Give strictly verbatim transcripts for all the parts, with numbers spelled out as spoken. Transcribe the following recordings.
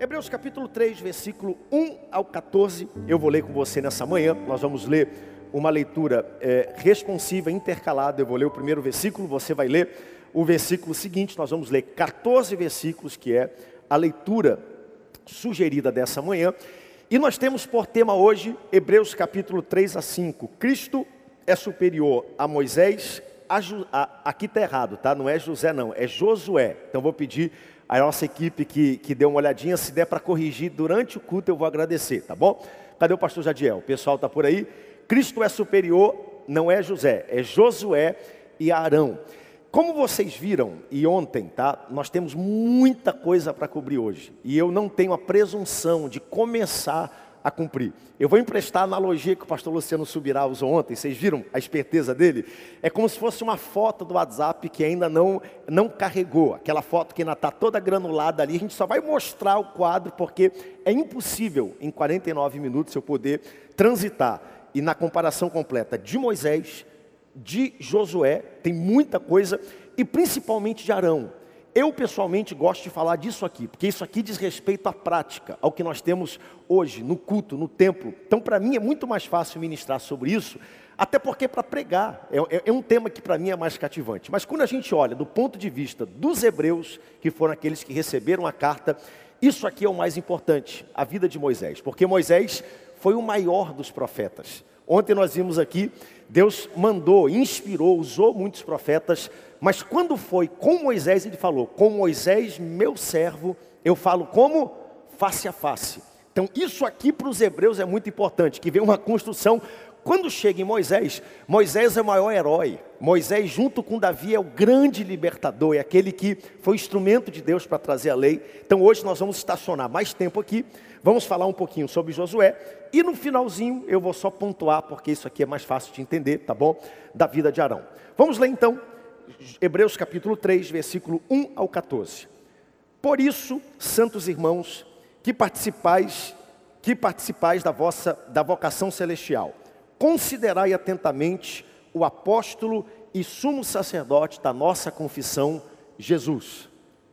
Hebreus capítulo três, versículo um ao quatorze, eu vou ler com você nessa manhã. Nós vamos ler uma leitura é, responsiva, intercalada. Eu vou ler o primeiro versículo, você vai ler o versículo seguinte. Nós vamos ler quatorze versículos, que é a leitura sugerida dessa manhã. E nós temos por tema hoje, Hebreus capítulo três a cinco. Cristo é superior a Moisés, a Ju, a, aqui está errado, tá? Não é José não, é Josué. Então vou pedir a nossa equipe que, que deu uma olhadinha, se der para corrigir durante o culto eu vou agradecer, tá bom? Cadê o pastor Jadiel? O pessoal está por aí? Cristo é superior, não é José, é Josué e Arão. Como vocês viram, e ontem, tá? Nós temos muita coisa para cobrir hoje. E eu não tenho a presunção de começar a cumprir. Eu vou emprestar a analogia que o pastor Luciano Subirá usou ontem. Vocês viram a esperteza dele? É como se fosse uma foto do WhatsApp que ainda não, não carregou. Aquela foto que ainda está toda granulada ali. A gente só vai mostrar o quadro porque é impossível em quarenta e nove minutos eu poder transitar. E na comparação completa de Moisés, de Josué, tem muita coisa, e principalmente de Arão. Eu pessoalmente gosto de falar disso aqui, porque isso aqui diz respeito à prática, ao que nós temos hoje, no culto, no templo. Então para mim é muito mais fácil ministrar sobre isso, até porque para pregar, é, é, é um tema que para mim é mais cativante. Mas quando a gente olha do ponto de vista dos hebreus, que foram aqueles que receberam a carta, isso aqui é o mais importante, a vida de Moisés. Porque Moisés foi o maior dos profetas. Ontem nós vimos aqui, Deus mandou, inspirou, usou muitos profetas, mas quando foi com Moisés, ele falou, com Moisés, meu servo, eu falo como? Face a face. Então isso aqui para os hebreus é muito importante, que vem uma construção. Quando chega em Moisés, Moisés é o maior herói. Moisés junto com Davi é o grande libertador, é aquele que foi instrumento de Deus para trazer a lei. Então hoje nós vamos estacionar mais tempo aqui, vamos falar um pouquinho sobre Josué, e no finalzinho eu vou só pontuar, porque isso aqui é mais fácil de entender, tá bom? Da vida de Arão. Vamos ler então, Hebreus capítulo três, versículo um ao quatorze. Por isso, santos irmãos, que participais, que participais da vossa, da vocação celestial, considerai atentamente o apóstolo e sumo sacerdote da nossa confissão, Jesus.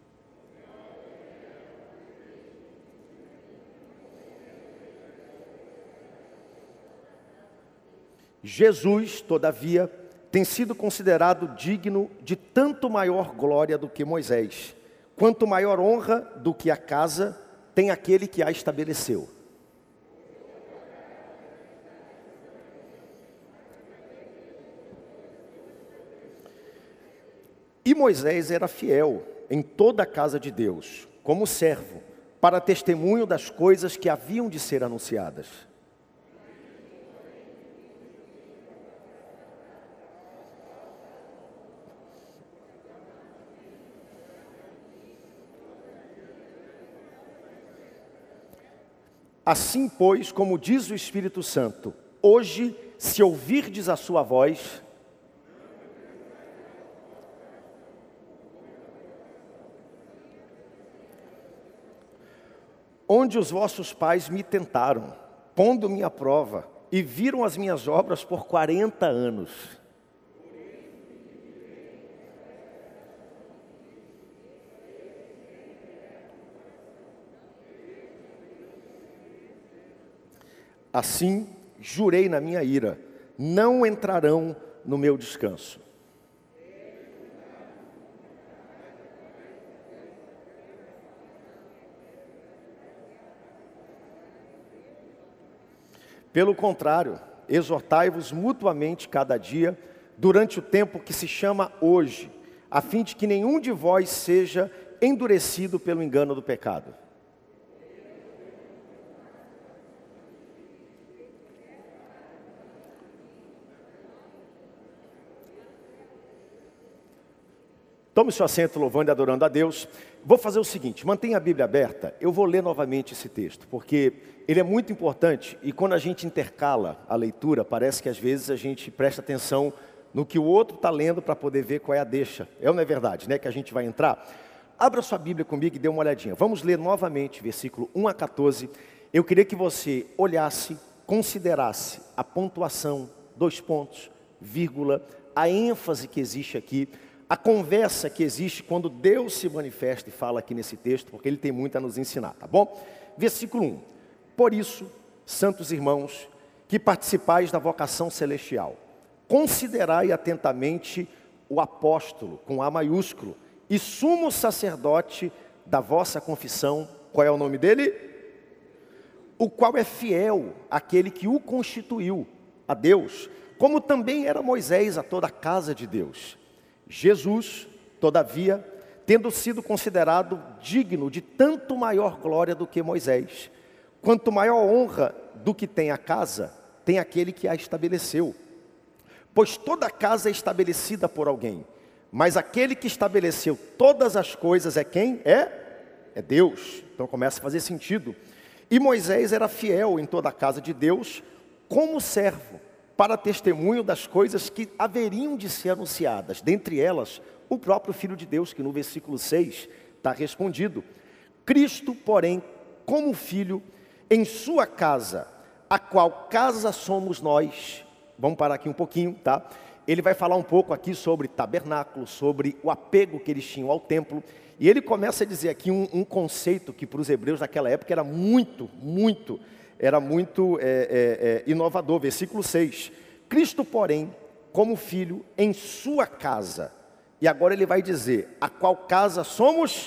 Jesus, todavia, tem sido considerado digno de tanto maior glória do que Moisés, quanto maior honra do que a casa tem aquele que a estabeleceu. E Moisés era fiel em toda a casa de Deus, como servo, para testemunho das coisas que haviam de ser anunciadas. Assim, pois, como diz o Espírito Santo, hoje, se ouvirdes a sua voz, onde os vossos pais me tentaram, pondo-me à prova, e viram as minhas obras por quarenta anos. Assim, jurei na minha ira, não entrarão no meu descanso. Pelo contrário, exortai-vos mutuamente cada dia, durante o tempo que se chama hoje, a fim de que nenhum de vós seja endurecido pelo engano do pecado. Tome seu assento louvando e adorando a Deus. Vou fazer o seguinte, mantenha a Bíblia aberta, eu vou ler novamente esse texto, porque ele é muito importante e quando a gente intercala a leitura, parece que às vezes a gente presta atenção no que o outro está lendo para poder ver qual é a deixa. É ou não é verdade, né, que a gente vai entrar? Abra sua Bíblia comigo e dê uma olhadinha. Vamos ler novamente, versículo um a quatorze. Eu queria que você olhasse, considerasse a pontuação, dois pontos, vírgula, a ênfase que existe aqui, a conversa que existe quando Deus se manifesta e fala aqui nesse texto, porque Ele tem muito a nos ensinar, tá bom? Versículo um. Por isso, santos irmãos, que participais da vocação celestial, considerai atentamente o apóstolo, com A maiúsculo, e sumo sacerdote da vossa confissão. Qual é o nome dele? O qual é fiel àquele que o constituiu, a Deus, como também era Moisés a toda a casa de Deus. Jesus, todavia, tendo sido considerado digno de tanto maior glória do que Moisés, quanto maior honra do que tem a casa, tem aquele que a estabeleceu. Pois toda casa é estabelecida por alguém, mas aquele que estabeleceu todas as coisas é quem? É? É Deus. Então começa a fazer sentido. E Moisés era fiel em toda a casa de Deus, como servo, para testemunho das coisas que haveriam de ser anunciadas. Dentre elas, o próprio Filho de Deus, que no versículo seis está respondido. Cristo, porém, como filho, em sua casa, a qual casa somos nós. Vamos parar aqui um pouquinho, tá? Ele vai falar um pouco aqui sobre tabernáculo, sobre o apego que eles tinham ao templo. E ele começa a dizer aqui um, um conceito que para os hebreus naquela época era muito, muito, era muito é, é, é, inovador. Versículo seis. Cristo, porém, como filho, em sua casa. E agora ele vai dizer, a qual casa somos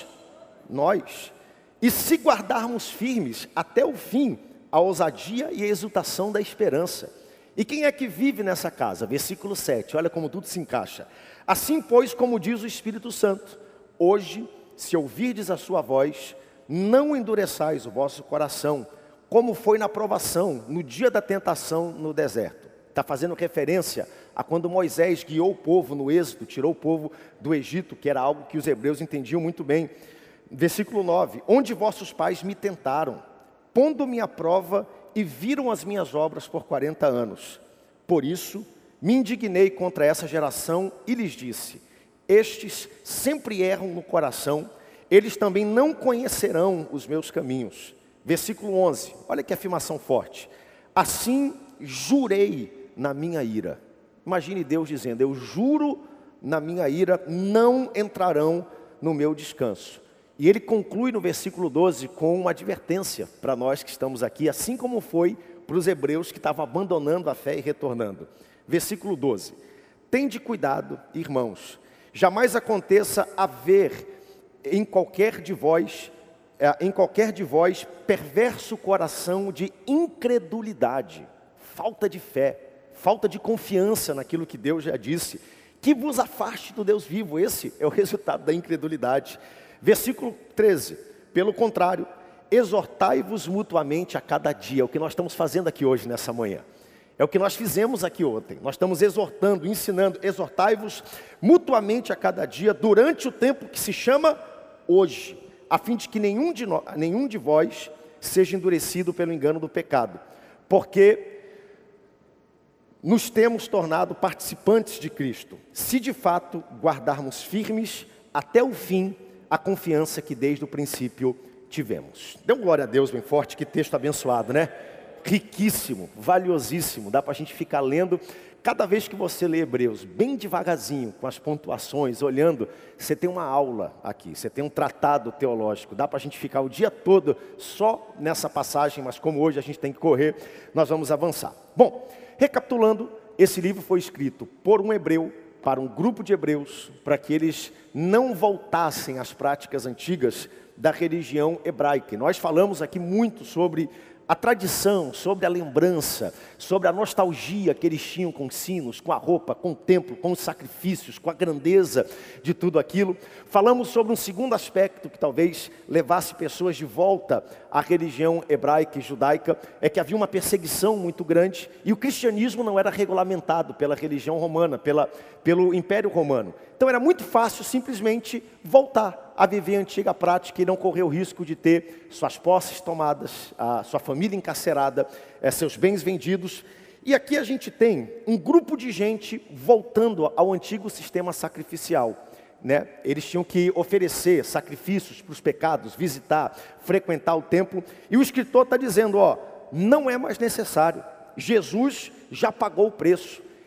nós. E se guardarmos firmes até o fim, a ousadia e a exultação da esperança. E quem é que vive nessa casa? Versículo sete, olha como tudo se encaixa. Assim, pois, como diz o Espírito Santo, hoje, se ouvirdes a sua voz, não endureçais o vosso coração, como foi na provação, no dia da tentação no deserto. Está fazendo referência a quando Moisés guiou o povo no êxodo, tirou o povo do Egito, que era algo que os hebreus entendiam muito bem. Versículo nove, onde vossos pais me tentaram, pondo-me à prova e viram as minhas obras por quarenta anos. Por isso, me indignei contra essa geração e lhes disse, estes sempre erram no coração, eles também não conhecerão os meus caminhos. Versículo onze, olha que afirmação forte. Assim jurei na minha ira. Imagine Deus dizendo, eu juro na minha ira, não entrarão no meu descanso. E ele conclui no versículo doze com uma advertência para nós que estamos aqui, assim como foi para os hebreus que estavam abandonando a fé e retornando. Versículo doze. Tende cuidado, irmãos, jamais aconteça haver em qualquer de vós, em qualquer de vós, perverso coração de incredulidade, falta de fé, falta de confiança naquilo que Deus já disse, que vos afaste do Deus vivo. Esse é o resultado da incredulidade. Versículo treze, pelo contrário, exortai-vos mutuamente a cada dia, é o que nós estamos fazendo aqui hoje, nessa manhã. É o que nós fizemos aqui ontem, nós estamos exortando, ensinando, exortai-vos mutuamente a cada dia, durante o tempo que se chama hoje, a fim de que nenhum de, nós, nenhum de vós seja endurecido pelo engano do pecado, porque nos temos tornado participantes de Cristo, se de fato guardarmos firmes até o fim a confiança que desde o princípio tivemos. Dê um glória a Deus bem forte, que texto abençoado, né? Riquíssimo, valiosíssimo, dá para a gente ficar lendo. Cada vez que você lê Hebreus, bem devagarzinho, com as pontuações, olhando, você tem uma aula aqui, você tem um tratado teológico. Dá para a gente ficar o dia todo só nessa passagem, mas como hoje a gente tem que correr, nós vamos avançar. Bom, recapitulando, esse livro foi escrito por um hebreu, para um grupo de hebreus, para que eles não voltassem às práticas antigas da religião hebraica. E nós falamos aqui muito sobre a tradição, sobre a lembrança, sobre a nostalgia que eles tinham com os sinos, com a roupa, com o templo, com os sacrifícios, com a grandeza de tudo aquilo. Falamos sobre um segundo aspecto que talvez levasse pessoas de volta à religião hebraica e judaica, é que havia uma perseguição muito grande e o cristianismo não era regulamentado pela religião romana, pela, pelo Império Romano. Então era muito fácil simplesmente voltar a viver a antiga prática e não correr o risco de ter suas posses tomadas, a sua família encarcerada, é, seus bens vendidos. E aqui a gente tem um grupo de gente voltando ao antigo sistema sacrificial, né? Eles tinham que oferecer sacrifícios para os pecados, visitar, frequentar o templo. E o escritor está dizendo, ó, não é mais necessário. Jesus já pagou o preço.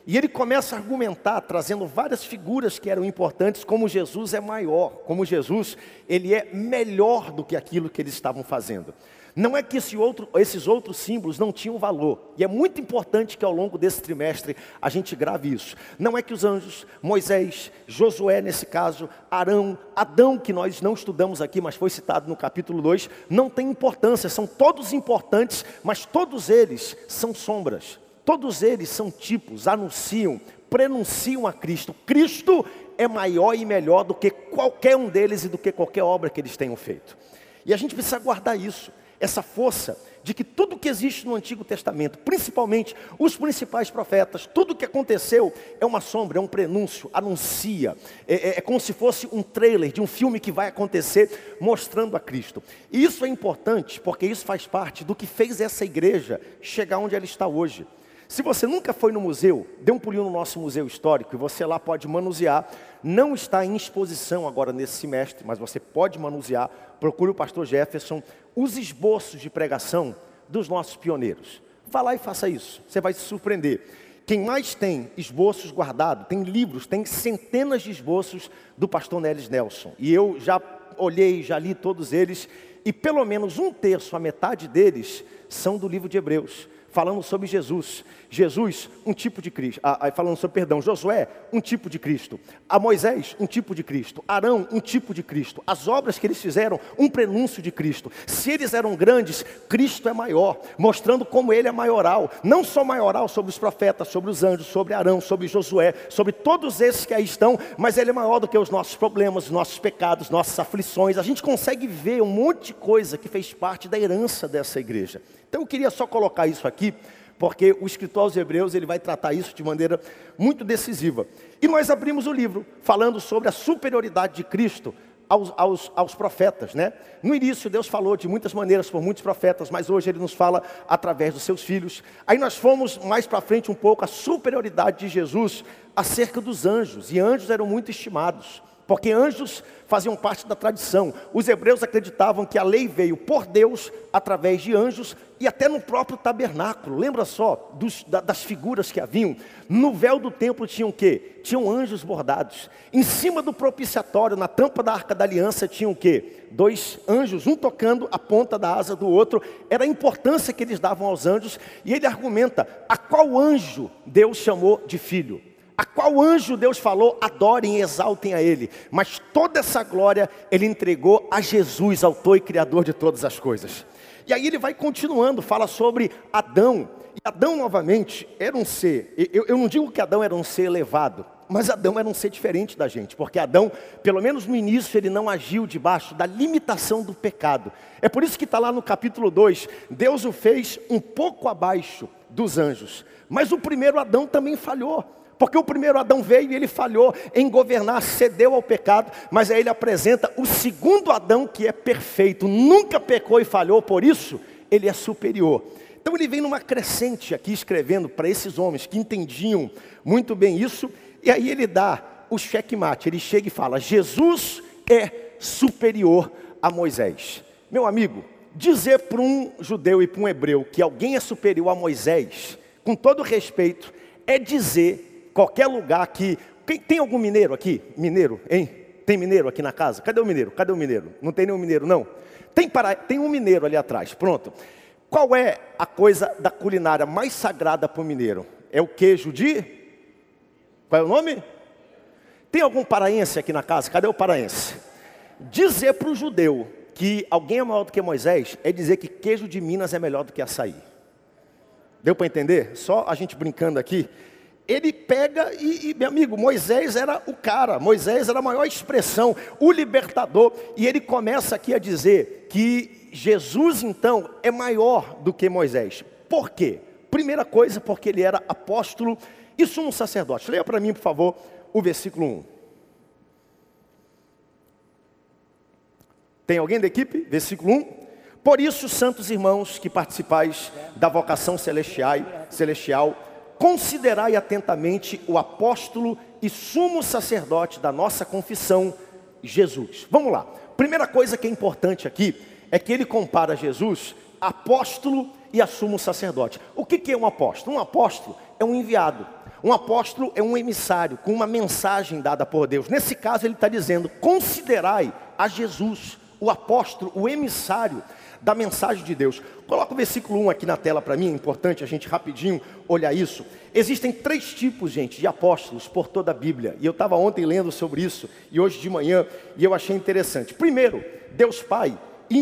E ele começa a argumentar, trazendo várias figuras que eram importantes, como Jesus é maior, como Jesus ele é melhor do que aquilo que eles estavam fazendo. Não é que esse outro, esses outros símbolos não tinham valor. E é muito importante que ao longo desse trimestre a gente grave isso. Não é que os anjos, Moisés, Josué nesse caso, Arão, Adão, que nós não estudamos aqui, mas foi citado no capítulo dois, não tem importância. São todos importantes, mas todos eles são sombras. Todos eles são tipos, anunciam, prenunciam a Cristo. Cristo é maior e melhor do que qualquer um deles e do que qualquer obra que eles tenham feito. E a gente precisa guardar isso. Essa força de que tudo que existe no Antigo Testamento, principalmente os principais profetas, tudo que aconteceu é uma sombra, é um prenúncio, anuncia. É, é, é como se fosse um trailer de um filme que vai acontecer mostrando a Cristo. E isso é importante porque isso faz parte do que fez essa igreja chegar onde ela está hoje. Se você nunca foi no museu, dê um pulinho no nosso museu histórico e você lá pode manusear. Não está em exposição agora nesse semestre, mas você pode manusear. Procure o pastor Jefferson, os esboços de pregação dos nossos pioneiros. Vá lá e faça isso, você vai se surpreender. Quem mais tem esboços guardados, tem livros, tem centenas de esboços do pastor Nelis Nelson. E eu já olhei, já li todos eles, e pelo menos um terço, a metade deles, são do livro de Hebreus. Falando sobre Jesus, Jesus, um tipo de Cristo, ah, falando sobre, perdão, Josué, um tipo de Cristo, a Moisés, um tipo de Cristo, Arão, um tipo de Cristo, as obras que eles fizeram, um prenúncio de Cristo. Se eles eram grandes, Cristo é maior, mostrando como ele é maioral, não só maioral sobre os profetas, sobre os anjos, sobre Arão, sobre Josué, sobre todos esses que aí estão, mas ele é maior do que os nossos problemas, os nossos pecados, nossas aflições. A gente consegue ver um monte de coisa que fez parte da herança dessa igreja. Então eu queria só colocar isso aqui, porque o escritor aos Hebreus ele vai tratar isso de maneira muito decisiva. E nós abrimos o livro falando sobre a superioridade de Cristo aos, aos, aos profetas, né? No início Deus falou de muitas maneiras por muitos profetas, mas hoje Ele nos fala através dos seus filhos. Aí nós fomos mais para frente um pouco a superioridade de Jesus acerca dos anjos, e anjos eram muito estimados. Porque anjos faziam parte da tradição. Os hebreus acreditavam que a lei veio por Deus através de anjos e até no próprio tabernáculo. Lembra só dos, da, das figuras que haviam? No véu do templo tinham o quê? Tinham anjos bordados. Em cima do propiciatório, na tampa da Arca da Aliança, tinham o quê? Dois anjos, um tocando a ponta da asa do outro. Era a importância que eles davam aos anjos. E ele argumenta, a qual anjo Deus chamou de filho? A qual anjo Deus falou, adorem e exaltem a Ele. Mas toda essa glória Ele entregou a Jesus, autor e criador de todas as coisas. E aí ele vai continuando, fala sobre Adão. E Adão novamente era um ser, eu, eu não digo que Adão era um ser elevado, mas Adão era um ser diferente da gente. Porque Adão, pelo menos no início, ele não agiu debaixo da limitação do pecado. É por isso que está lá no capítulo dois, Deus o fez um pouco abaixo dos anjos. Mas o primeiro Adão também falhou. Porque o primeiro Adão veio e ele falhou em governar, cedeu ao pecado, mas aí ele apresenta o segundo Adão que é perfeito, nunca pecou e falhou, por isso ele é superior. Então ele vem numa crescente aqui escrevendo para esses homens que entendiam muito bem isso, e aí ele dá o checkmate, ele chega e fala, Jesus é superior a Moisés. Meu amigo, dizer para um judeu e para um hebreu que alguém é superior a Moisés, com todo respeito, é dizer qualquer lugar que... Quem, tem algum mineiro aqui? Mineiro, hein? Tem mineiro aqui na casa? Cadê o mineiro? Cadê o mineiro? Não tem nenhum mineiro, não? Tem, para, tem um mineiro ali atrás, pronto. Qual é a coisa da culinária mais sagrada para o mineiro? É o queijo de... Qual é o nome? Tem algum paraense aqui na casa? Cadê o paraense? Dizer para o judeu que alguém é maior do que Moisés é dizer que queijo de Minas é melhor do que açaí. Deu para entender? Só a gente brincando aqui. Ele pega e, e, meu amigo, Moisés era o cara, Moisés era a maior expressão, o libertador. E ele começa aqui a dizer que Jesus, então, é maior do que Moisés. Por quê? Primeira coisa, porque ele era apóstolo e sumo sacerdote. Leia para mim, por favor, o versículo um. Tem alguém da equipe? Versículo um. Por isso, santos irmãos que participais da vocação celestial, celestial, considerai atentamente o apóstolo e sumo sacerdote da nossa confissão, Jesus. Vamos lá. Primeira coisa que é importante aqui é que ele compara Jesus, apóstolo e a sumo sacerdote. O que que é um apóstolo? Um apóstolo é um enviado. Um apóstolo é um emissário com uma mensagem dada por Deus. Nesse caso ele está dizendo, considerai a Jesus, o apóstolo, o emissário da mensagem de Deus. Coloca o versículo um aqui na tela para mim, é importante a gente rapidinho olhar isso. Existem três tipos, gente, de apóstolos por toda a Bíblia. E eu estava ontem lendo sobre isso, e hoje de manhã, e eu achei interessante. Primeiro, Deus Pai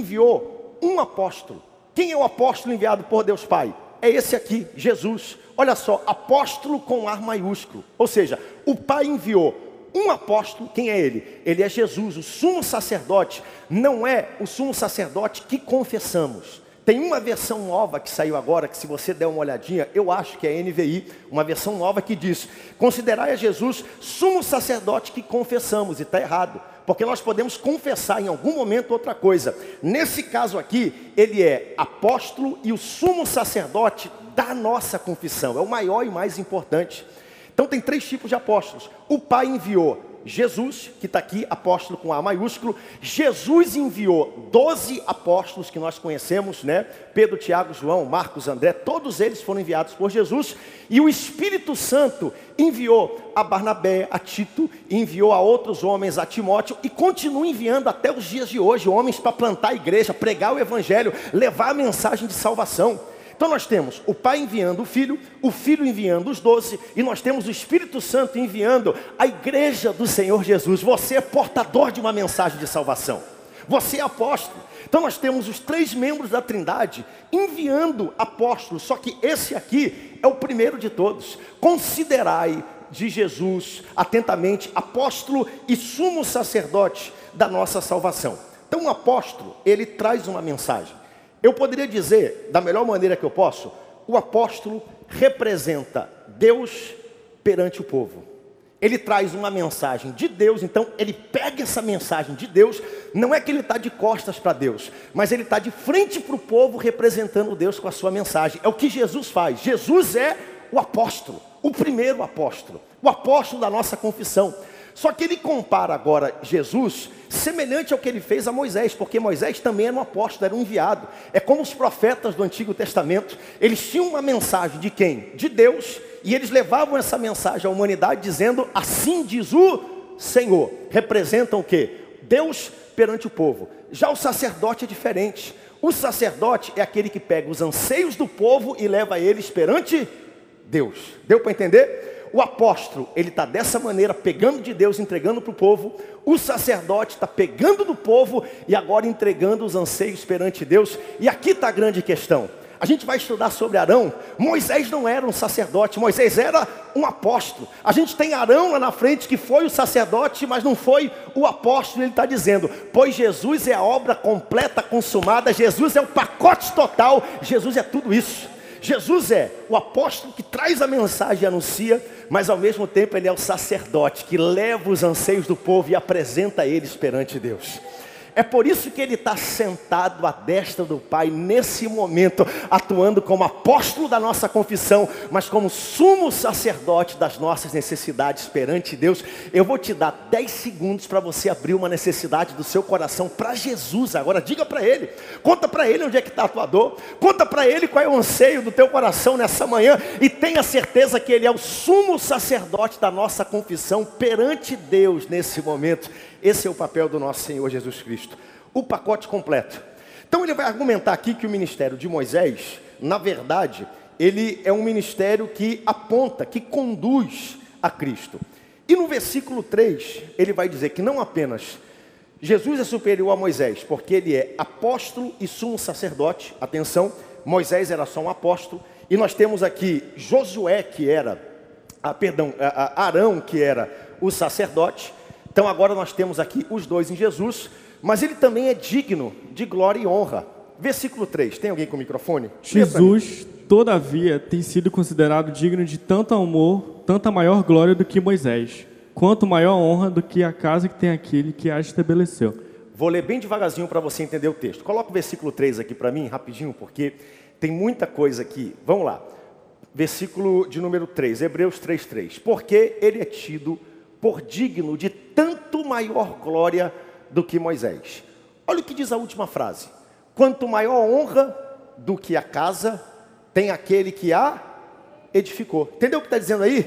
enviou um apóstolo. Quem é o apóstolo enviado por Deus Pai? É esse aqui, Jesus. Olha só, apóstolo com ar maiúsculo. Ou seja, o Pai enviou um apóstolo. Quem é ele? Ele é Jesus, o sumo sacerdote. Não é o sumo sacerdote que confessamos. Tem uma versão nova que saiu agora, que se você der uma olhadinha, eu acho que é a N V I, uma versão nova que diz, considerai a Jesus sumo sacerdote que confessamos. E está errado, porque nós podemos confessar em algum momento outra coisa. Nesse caso aqui, ele é apóstolo e o sumo sacerdote da nossa confissão. É o maior e mais importante. Então tem três tipos de apóstolos. O Pai enviou Jesus, que está aqui, apóstolo com A maiúsculo. Jesus enviou doze apóstolos que nós conhecemos, né? Pedro, Tiago, João, Marcos, André, todos eles foram enviados por Jesus. E o Espírito Santo enviou a Barnabé, a Tito, enviou a outros homens, a Timóteo, e continua enviando até os dias de hoje, homens para plantar a igreja, pregar o evangelho, levar a mensagem de salvação. Então nós temos o Pai enviando o Filho, o Filho enviando os doze, e nós temos o Espírito Santo enviando a igreja do Senhor Jesus. Você é portador de uma mensagem de salvação. Você é apóstolo. Então nós temos os três membros da Trindade enviando apóstolos, só que esse aqui é o primeiro de todos. Considerai de Jesus atentamente apóstolo e sumo sacerdote da nossa salvação. Então um apóstolo, ele traz uma mensagem. Eu poderia dizer, da melhor maneira que eu posso, o apóstolo representa Deus perante o povo. Ele traz uma mensagem de Deus, então ele pega essa mensagem de Deus, não é que ele está de costas para Deus, mas ele está de frente para o povo representando Deus com a sua mensagem. É o que Jesus faz. Jesus é o apóstolo, o primeiro apóstolo, o apóstolo da nossa confissão. Só que ele compara agora Jesus semelhante ao que ele fez a Moisés, porque Moisés também era um apóstolo, era um enviado. É como os profetas do Antigo Testamento, eles tinham uma mensagem de quem? De Deus, e eles levavam essa mensagem à humanidade dizendo, assim diz o Senhor. Representam o quê? Deus perante o povo. Já o sacerdote é diferente. O sacerdote é aquele que pega os anseios do povo e leva eles perante Deus. Deu para entender? O apóstolo, ele está dessa maneira, pegando de Deus, entregando para o povo. O sacerdote está pegando do povo e agora entregando os anseios perante Deus. E aqui está a grande questão. A gente vai estudar sobre Arão. Moisés não era um sacerdote, Moisés era um apóstolo. A gente tem Arão lá na frente que foi o sacerdote, mas não foi o apóstolo. Ele está dizendo, pois Jesus é a obra completa, consumada. Jesus é o pacote total. Jesus é tudo isso. Jesus é o apóstolo que traz a mensagem e anuncia, mas ao mesmo tempo ele é o sacerdote que leva os anseios do povo e apresenta eles perante Deus. É por isso que ele está sentado à destra do Pai nesse momento, atuando como apóstolo da nossa confissão, mas como sumo sacerdote das nossas necessidades perante Deus. Eu vou te dar dez segundos para você abrir uma necessidade do seu coração para Jesus. Agora diga para Ele, conta para Ele onde é que está a tua dor, conta para Ele qual é o anseio do teu coração nessa manhã, e tenha certeza que Ele é o sumo sacerdote da nossa confissão perante Deus nesse momento. Esse é o papel do nosso Senhor Jesus Cristo, o pacote completo. Então ele vai argumentar aqui que o ministério de Moisés, na verdade, ele é um ministério que aponta, que conduz a Cristo. E no versículo três, ele vai dizer que não apenas Jesus é superior a Moisés, porque ele é apóstolo e sumo sacerdote. Atenção, Moisés era só um apóstolo, e nós temos aqui Josué, que era, ah, perdão, Arão, que era o sacerdote. Então agora nós temos aqui os dois em Jesus, mas ele também é digno de glória e honra. Versículo três, tem alguém com o microfone? Jesus, todavia, tem sido considerado digno de tanto amor, tanta maior glória do que Moisés, quanto maior honra do que a casa que tem aquele que a estabeleceu. Vou ler bem devagarzinho para você entender o texto. Coloca o versículo três aqui para mim, rapidinho, porque tem muita coisa aqui. Vamos lá. Versículo de número três, Hebreus três, três. Porque ele é tido por digno de tanto maior glória do que Moisés. Olha o que diz a última frase. Quanto maior honra do que a casa, tem aquele que a edificou. Entendeu o que está dizendo aí?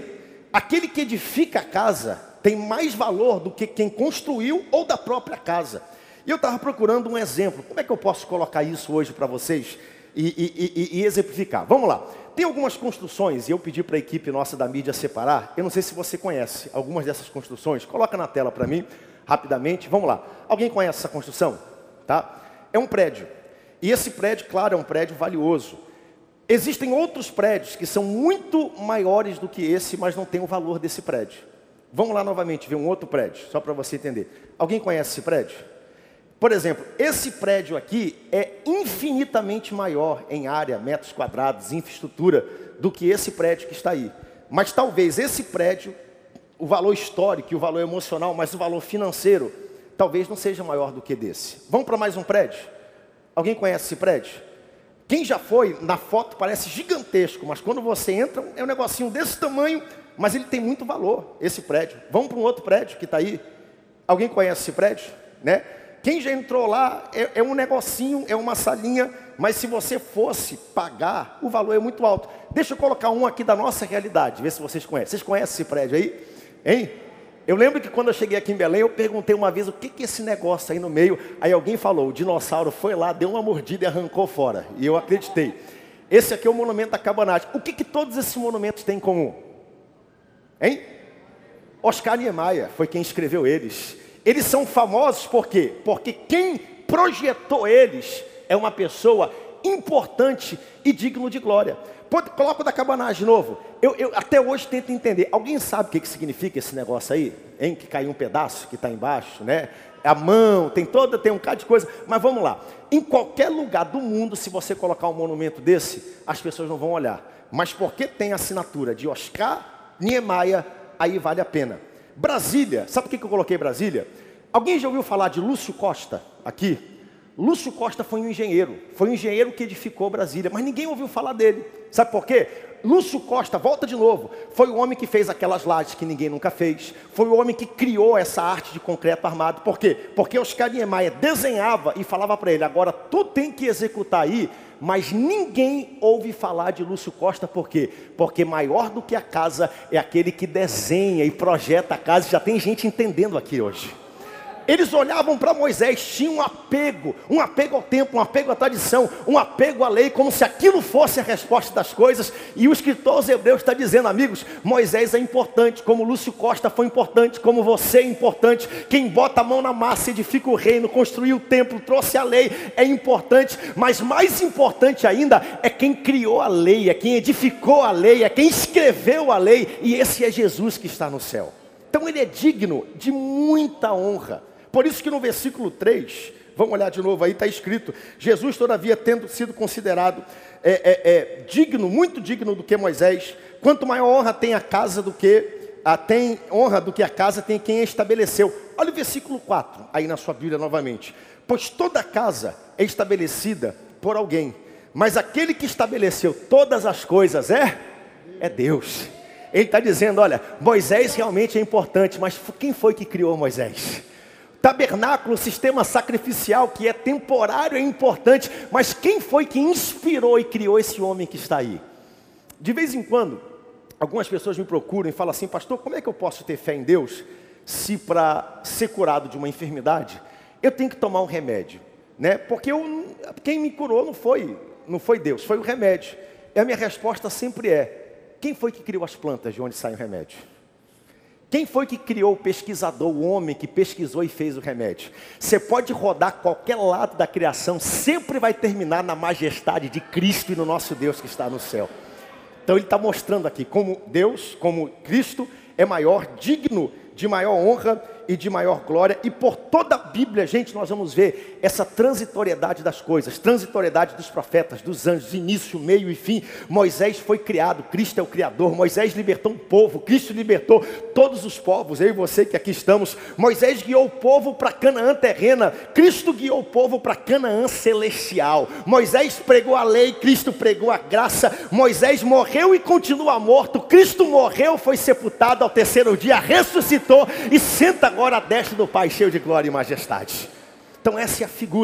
aquele que edifica a casa tem mais valor do que quem construiu ou da própria casa. E eu estava procurando um exemplo. Como é que eu posso colocar isso hoje para vocês e, e, e, e exemplificar? Vamos lá. Tem algumas construções, e eu pedi para a equipe nossa da mídia separar. Eu não sei se você conhece algumas dessas construções. Coloca na tela para mim, rapidamente. Vamos lá. Alguém conhece essa construção? Tá? É um prédio. E esse prédio, claro, é um prédio valioso. Existem outros prédios que são muito maiores do que esse, mas não tem o valor desse prédio. Vamos lá novamente ver um outro prédio, só para você entender. Alguém conhece esse prédio? Por exemplo, esse prédio aqui é infinitamente maior em área, metros quadrados, infraestrutura, do que esse prédio que está aí. Mas talvez esse prédio, o valor histórico, o valor emocional, mas o valor financeiro, talvez não seja maior do que desse. Vamos para mais um prédio? Alguém conhece esse prédio? Quem já foi, na foto parece gigantesco, mas quando você entra, é um negocinho desse tamanho, mas ele tem muito valor, esse prédio. Vamos para um outro prédio que está aí. Alguém conhece esse prédio? Né? Quem já entrou lá, é, é um negocinho, é uma salinha, mas se você fosse pagar, o valor é muito alto. Deixa eu colocar um aqui da nossa realidade, ver se vocês conhecem. Vocês conhecem esse prédio aí? Hein? Eu lembro que quando eu cheguei aqui em Belém, eu perguntei uma vez o que que é esse negócio aí no meio. Aí alguém falou, o dinossauro foi lá, deu uma mordida e arrancou fora. E eu acreditei. Esse aqui é o monumento da Cabanagem. O que que todos esses monumentos têm em comum? Hein? Oscar Niemeyer foi quem escreveu eles. Eles são famosos por quê? Porque quem projetou eles é uma pessoa importante e digno de glória. Pode, coloca o da Cabanagem de novo. Eu, eu até hoje tento entender. Alguém sabe o que, que significa esse negócio aí? Hein? Que caiu um pedaço, que está embaixo, né? A mão, tem toda, tem um bocado de coisa. Mas vamos lá. Em qualquer lugar do mundo, se você colocar um monumento desse, as pessoas não vão olhar. Mas porque tem a assinatura de Oscar Niemeyer, aí vale a pena. Brasília, sabe por que eu coloquei Brasília? Alguém já ouviu falar de Lúcio Costa aqui? Lúcio Costa foi um engenheiro, foi um engenheiro que edificou Brasília, mas ninguém ouviu falar dele. Sabe por quê? Lúcio Costa, volta de novo, foi o homem que fez aquelas lajes que ninguém nunca fez, foi o homem que criou essa arte de concreto armado. Por quê? Porque Oscar Niemeyer desenhava e falava para ele, agora tu tem que executar aí, mas ninguém ouve falar de Lúcio Costa, por quê? Porque maior do que a casa é aquele que desenha e projeta a casa, e já tem gente entendendo aqui hoje. Eles olhavam para Moisés, tinham um apego, um apego ao tempo, um apego à tradição, um apego à lei, como se aquilo fosse a resposta das coisas. E o escritor aos Hebreus está dizendo, amigos, Moisés é importante, como Lúcio Costa foi importante, como você é importante. Quem bota a mão na massa, edifica o reino, construiu o templo, trouxe a lei, é importante. Mas mais importante ainda é quem criou a lei, é quem edificou a lei, é quem escreveu a lei. E esse é Jesus que está no céu. Então ele é digno de muita honra. Por isso que no versículo três, vamos olhar de novo aí, está escrito, Jesus todavia tendo sido considerado é, é, é, digno, muito digno do que Moisés, quanto maior honra tem a casa do que, a, tem honra do que a casa tem quem a estabeleceu. Olha o versículo quatro, aí na sua Bíblia novamente. Pois toda casa é estabelecida por alguém, mas aquele que estabeleceu todas as coisas é, é Deus. Ele está dizendo, olha, Moisés realmente é importante, mas quem foi que criou Moisés? Tabernáculo, sistema sacrificial que é temporário e importante, mas quem foi que inspirou e criou esse homem que está aí? De vez em quando, algumas pessoas me procuram e falam assim, pastor, como é que eu posso ter fé em Deus se para ser curado de uma enfermidade, eu tenho que tomar um remédio, né? Porque eu, quem me curou não foi, não foi Deus, foi o remédio. E a minha resposta sempre é, quem foi que criou as plantas de onde sai o remédio? Quem foi que criou o pesquisador, o homem que pesquisou e fez o remédio? Você pode rodar qualquer lado da criação, sempre vai terminar na majestade de Cristo e no nosso Deus que está no céu. Então ele está mostrando aqui como Deus, como Cristo é maior, digno de maior honra e de maior glória. E por toda a Bíblia, gente, nós vamos ver essa transitoriedade das coisas, transitoriedade dos profetas, dos anjos, início, meio e fim. Moisés foi criado, Cristo é o Criador. Moisés libertou um povo, Cristo libertou todos os povos, eu e você que aqui estamos. Moisés guiou o povo para Canaã terrena, Cristo guiou o povo para Canaã celestial. Moisés pregou a lei, Cristo pregou a graça. Moisés morreu e continua morto, Cristo morreu, foi sepultado, ao terceiro dia ressuscitou e senta agora à destra do Pai, cheio de glória e majestade. Então essa é a figura.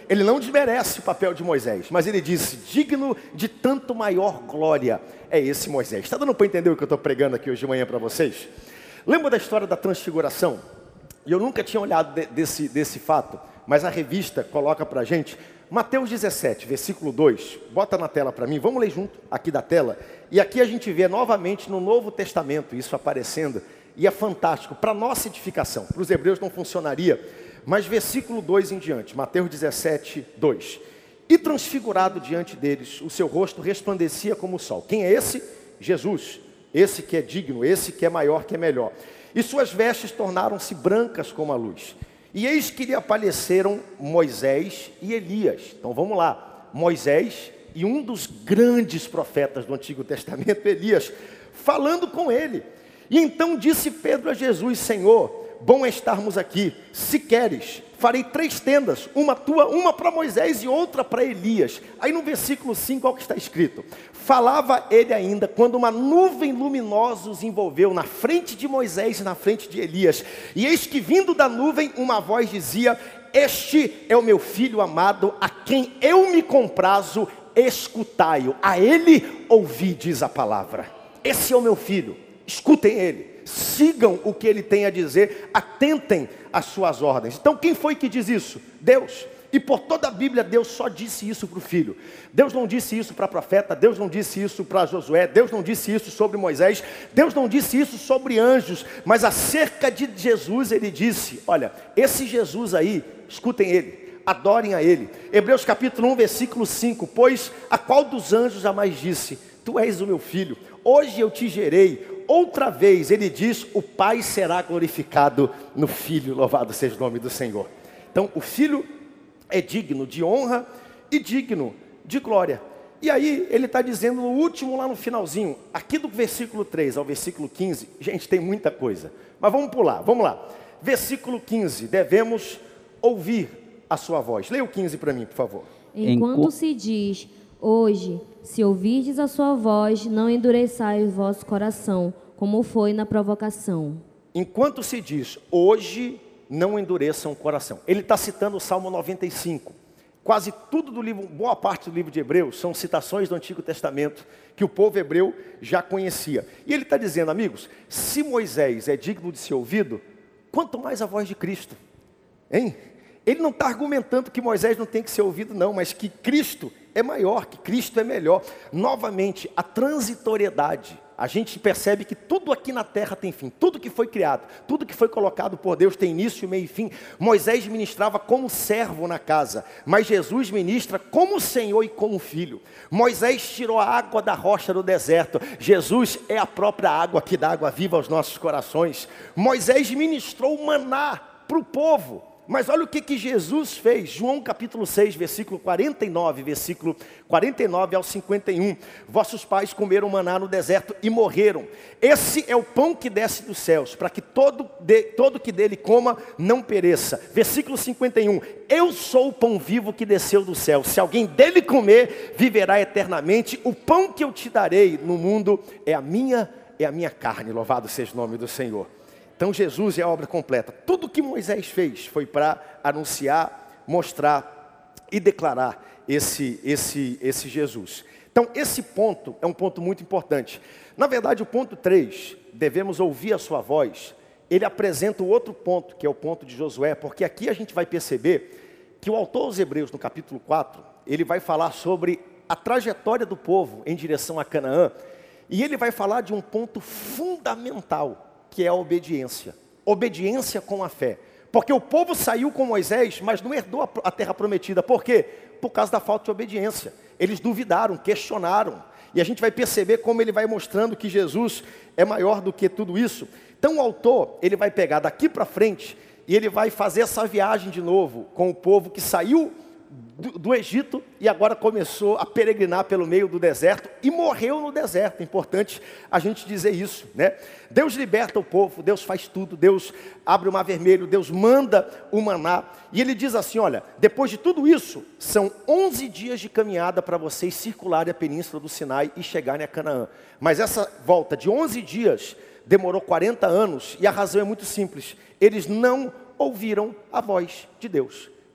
Ele não desmerece o papel de Moisés, mas ele disse, digno de tanto maior glória é esse Moisés. Está dando para entender o que eu estou pregando aqui hoje de manhã para vocês? Lembra da história da transfiguração? E eu nunca tinha olhado de, desse, desse fato, mas a revista coloca para a gente, Mateus dezessete, versículo dois, bota na tela para mim, vamos ler junto aqui da tela, e aqui a gente vê novamente no Novo Testamento isso aparecendo, e é fantástico, para nossa edificação, para os hebreus não funcionaria, mas versículo dois em diante, Mateus dezessete, dois, e transfigurado diante deles, o seu rosto resplandecia como o sol. Quem é esse? Jesus, esse que é digno, esse que é maior, que é melhor. E suas vestes tornaram-se brancas como a luz. E eis que lhe apareceram Moisés e Elias. Então vamos lá, Moisés e um dos grandes profetas do Antigo Testamento, Elias, falando com ele. E então disse Pedro a Jesus, Senhor, bom é estarmos aqui, se queres, farei três tendas, uma tua, uma para Moisés e outra para Elias. Aí no versículo cinco, olha o que está escrito. Falava ele ainda, quando uma nuvem luminosa os envolveu na frente de Moisés e na frente de Elias. E eis que vindo da nuvem, uma voz dizia, este é o meu filho amado, a quem eu me comprazo, escutai-o. A ele ouvi, diz a palavra. Esse é o meu filho, escutem ele. Sigam o que ele tem a dizer, atentem às suas ordens. Então quem foi que diz isso? Deus. E por toda a Bíblia Deus só disse isso para o filho. Deus não disse isso para profeta, Deus não disse isso para Josué, Deus não disse isso sobre Moisés, Deus não disse isso sobre anjos, mas acerca de Jesus ele disse, olha, esse Jesus aí, escutem ele, adorem a ele. Hebreus capítulo um, versículo cinco, pois a qual dos anjos jamais disse, tu és o meu filho, hoje eu te gerei. Outra vez ele diz, o Pai será glorificado no Filho, louvado seja o nome do Senhor. Então o Filho é digno de honra e digno de glória. E aí ele está dizendo no último, lá no finalzinho, aqui do versículo três ao versículo quinze, gente, tem muita coisa. Mas vamos pular, vamos lá. Versículo quinze, devemos ouvir a sua voz. Leia o quinze para mim, por favor. Enquanto se diz, hoje, se ouvirdes a sua voz, não endureçai o vosso coração, como foi na provocação. Enquanto se diz, hoje, não endureçam o coração. Ele está citando o Salmo noventa e cinco. Quase tudo do livro, boa parte do livro de Hebreus, são citações do Antigo Testamento, que o povo hebreu já conhecia. E ele está dizendo, amigos, se Moisés é digno de ser ouvido, quanto mais a voz de Cristo. Hein? Ele não está argumentando que Moisés não tem que ser ouvido, não, mas que Cristo é maior, que Cristo é melhor. Novamente, a transitoriedade. A gente percebe que tudo aqui na terra tem fim. Tudo que foi criado, tudo que foi colocado por Deus tem início, meio e fim. Moisés ministrava como servo na casa, mas Jesus ministra como Senhor e como Filho. Moisés tirou a água da rocha do deserto. Jesus é a própria água que dá água viva aos nossos corações. Moisés ministrou o maná para o povo. Mas olha o que, que Jesus fez, João capítulo seis, versículo quarenta e nove, versículo quarenta e nove ao cinquenta e um. Vossos pais comeram maná no deserto e morreram. Esse é o pão que desce dos céus, para que todo, de, todo que dele coma não pereça. Versículo cinquenta e um, eu sou o pão vivo que desceu do céu. Se alguém dele comer, viverá eternamente. O pão que eu te darei no mundo é a minha, é a minha carne. Louvado seja o nome do Senhor. Então Jesus é a obra completa. Tudo que Moisés fez foi para anunciar, mostrar e declarar esse, esse, esse Jesus. Então esse ponto é um ponto muito importante. Na verdade o ponto três, devemos ouvir a sua voz, ele apresenta o outro ponto, que é o ponto de Josué, porque aqui a gente vai perceber que o autor aos Hebreus, no capítulo quatro, ele vai falar sobre a trajetória do povo em direção a Canaã, e ele vai falar de um ponto fundamental, que é a obediência. Obediência com a fé. Porque o povo saiu com Moisés, mas não herdou a terra prometida. Por quê? Por causa da falta de obediência. Eles duvidaram, questionaram. E a gente vai perceber como ele vai mostrando que Jesus é maior do que tudo isso. Então o autor, ele vai pegar daqui para frente, e ele vai fazer essa viagem de novo, com o povo que saiu do, do Egito, e agora começou a peregrinar pelo meio do deserto, e morreu no deserto. É importante a gente dizer isso, né? Deus liberta o povo, Deus faz tudo, Deus abre o mar vermelho, Deus manda o maná, e ele diz assim, olha, depois de tudo isso, são onze dias de caminhada para vocês circularem a península do Sinai e chegarem a Canaã. Mas essa volta de onze dias demorou quarenta anos, e a razão é muito simples, eles não ouviram a voz de Deus.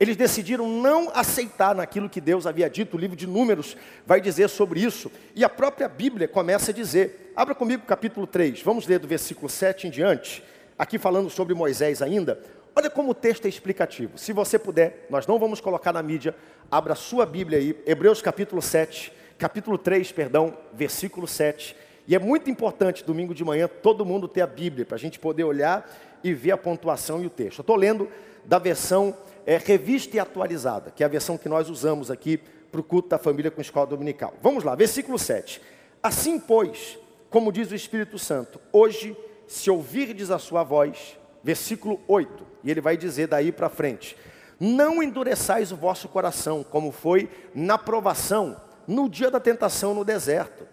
Eles decidiram não aceitar naquilo que Deus havia dito. O livro de Números vai dizer sobre isso. E a própria Bíblia começa a dizer. Abra comigo o capítulo três. Vamos ler do versículo sete em diante. Aqui falando sobre Moisés ainda. Olha como o texto é explicativo. Se você puder, nós não vamos colocar na mídia. Abra a sua Bíblia aí. Hebreus capítulo sete. Capítulo três, perdão. Versículo sete. E é muito importante, domingo de manhã, todo mundo ter a Bíblia. Para a gente poder olhar e ver a pontuação e o texto. Eu estou lendo da versão é, revista e atualizada, que é a versão que nós usamos aqui para o culto da família com escola dominical. Vamos lá, versículo sete. Assim, pois, como diz o Espírito Santo, hoje, se ouvirdes a sua voz, versículo oito, e ele vai dizer daí para frente, não endureçais o vosso coração, como foi na provação, no dia da tentação no deserto,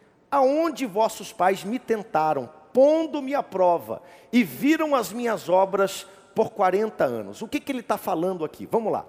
aonde vossos pais me tentaram, pondo-me à prova, e viram as minhas obras por quarenta anos. O que, que ele está falando aqui? Vamos lá.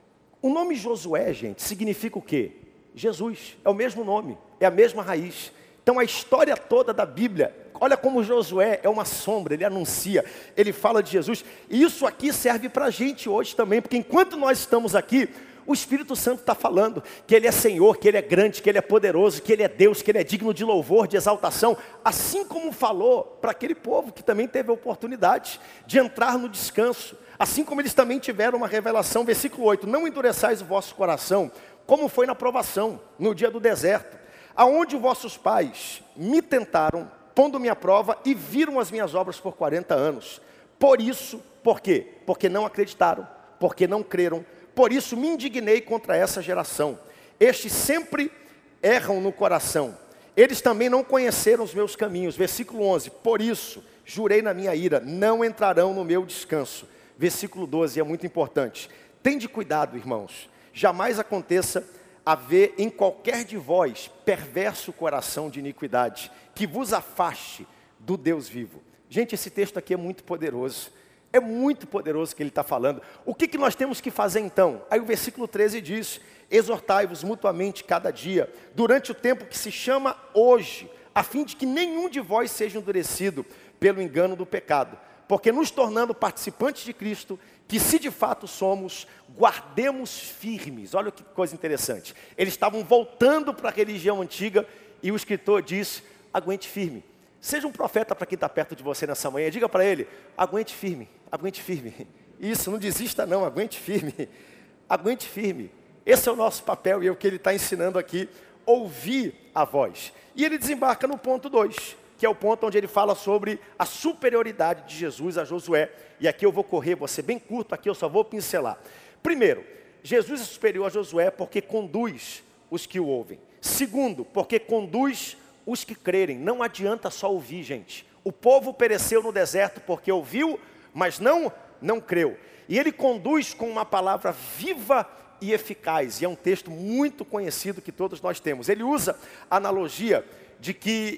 O nome Josué, gente, significa o quê? Jesus. É o mesmo nome, é a mesma raiz. Então a história toda da Bíblia, olha como Josué é uma sombra, ele anuncia, ele fala de Jesus. E isso aqui serve para a gente hoje também, porque enquanto nós estamos aqui, o Espírito Santo está falando que Ele é Senhor, que Ele é grande, que Ele é poderoso, que Ele é Deus, que Ele é digno de louvor, de exaltação. Assim como falou para aquele povo que também teve a oportunidade de entrar no descanso. Assim como eles também tiveram uma revelação, versículo oito. Não endureçais o vosso coração, como foi na provação, no dia do deserto. Aonde vossos pais me tentaram, pondo-me à prova, e viram as minhas obras por quarenta anos. Por isso, por quê? Porque não acreditaram, porque não creram. Por isso me indignei contra essa geração. Estes sempre erram no coração. Eles também não conheceram os meus caminhos. Versículo onze. Por isso, jurei na minha ira, não entrarão no meu descanso. Versículo doze, é muito importante. Tende cuidado, irmãos. Jamais aconteça haver em qualquer de vós perverso coração de iniquidade, que vos afaste do Deus vivo. Gente, esse texto aqui é muito poderoso. É muito poderoso que ele está falando. O que, que nós temos que fazer então? Aí o versículo treze diz, exortai-vos mutuamente cada dia, durante o tempo que se chama hoje, a fim de que nenhum de vós seja endurecido pelo engano do pecado. Porque nos tornando participantes de Cristo, que se de fato somos, guardemos firmes. Olha que coisa interessante. Eles estavam voltando para a religião antiga e o escritor diz, aguente firme. Seja um profeta para quem está perto de você nessa manhã. Diga para ele, aguente firme, aguente firme. Isso, não desista não, aguente firme. Aguente firme. Esse é o nosso papel e é o que ele está ensinando aqui. Ouvir a voz. E ele desembarca no ponto dois, que é o ponto onde ele fala sobre a superioridade de Jesus a Josué. E aqui eu vou correr, vou ser bem curto, aqui eu só vou pincelar. Primeiro, Jesus é superior a Josué porque conduz os que o ouvem. Segundo, porque conduz os que crerem. Não adianta só ouvir, gente. O povo pereceu no deserto porque ouviu, mas não, não creu. E ele conduz com uma palavra viva e eficaz. E é um texto muito conhecido que todos nós temos. Ele usa a analogia de que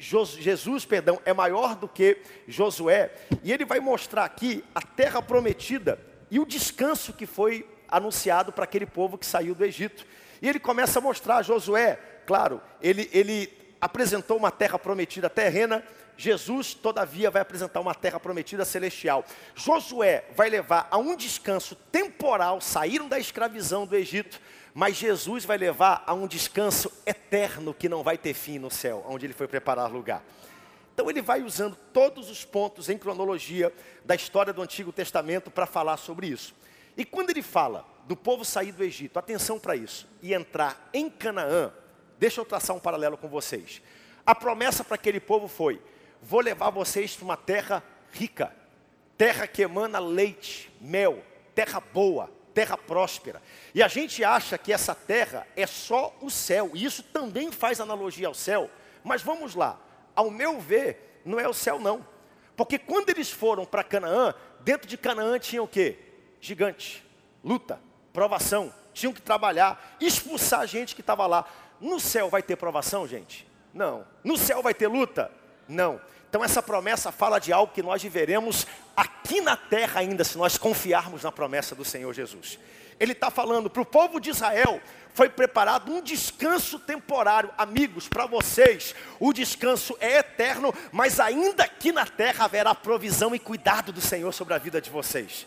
Jesus, perdão, é maior do que Josué. E ele vai mostrar aqui a terra prometida e o descanso que foi anunciado para aquele povo que saiu do Egito. E ele começa a mostrar a Josué, claro, ele... ele apresentou uma terra prometida terrena, Jesus, todavia, vai apresentar uma terra prometida celestial. Josué vai levar a um descanso temporal, saíram da escravidão do Egito, mas Jesus vai levar a um descanso eterno que não vai ter fim no céu, onde ele foi preparar lugar. Então ele vai usando todos os pontos em cronologia da história do Antigo Testamento para falar sobre isso. E quando ele fala do povo sair do Egito, atenção para isso, e entrar em Canaã, deixa eu traçar um paralelo com vocês. A promessa para aquele povo foi, vou levar vocês para uma terra rica, terra que emana leite, mel, terra boa, terra próspera. E a gente acha que essa terra é só o céu, e isso também faz analogia ao céu. Mas vamos lá, ao meu ver, não é o céu não. Porque quando eles foram para Canaã, dentro de Canaã tinha o quê? Gigante, luta, provação, tinham que trabalhar, expulsar a gente que estava lá. No céu vai ter provação, gente? Não. No céu vai ter luta? Não. Então essa promessa fala de algo que nós viveremos aqui na terra ainda, se nós confiarmos na promessa do Senhor Jesus. Ele está falando para o povo de Israel, foi preparado um descanso temporário. Amigos, para vocês, o descanso é eterno, mas ainda aqui na terra haverá provisão e cuidado do Senhor sobre a vida de vocês.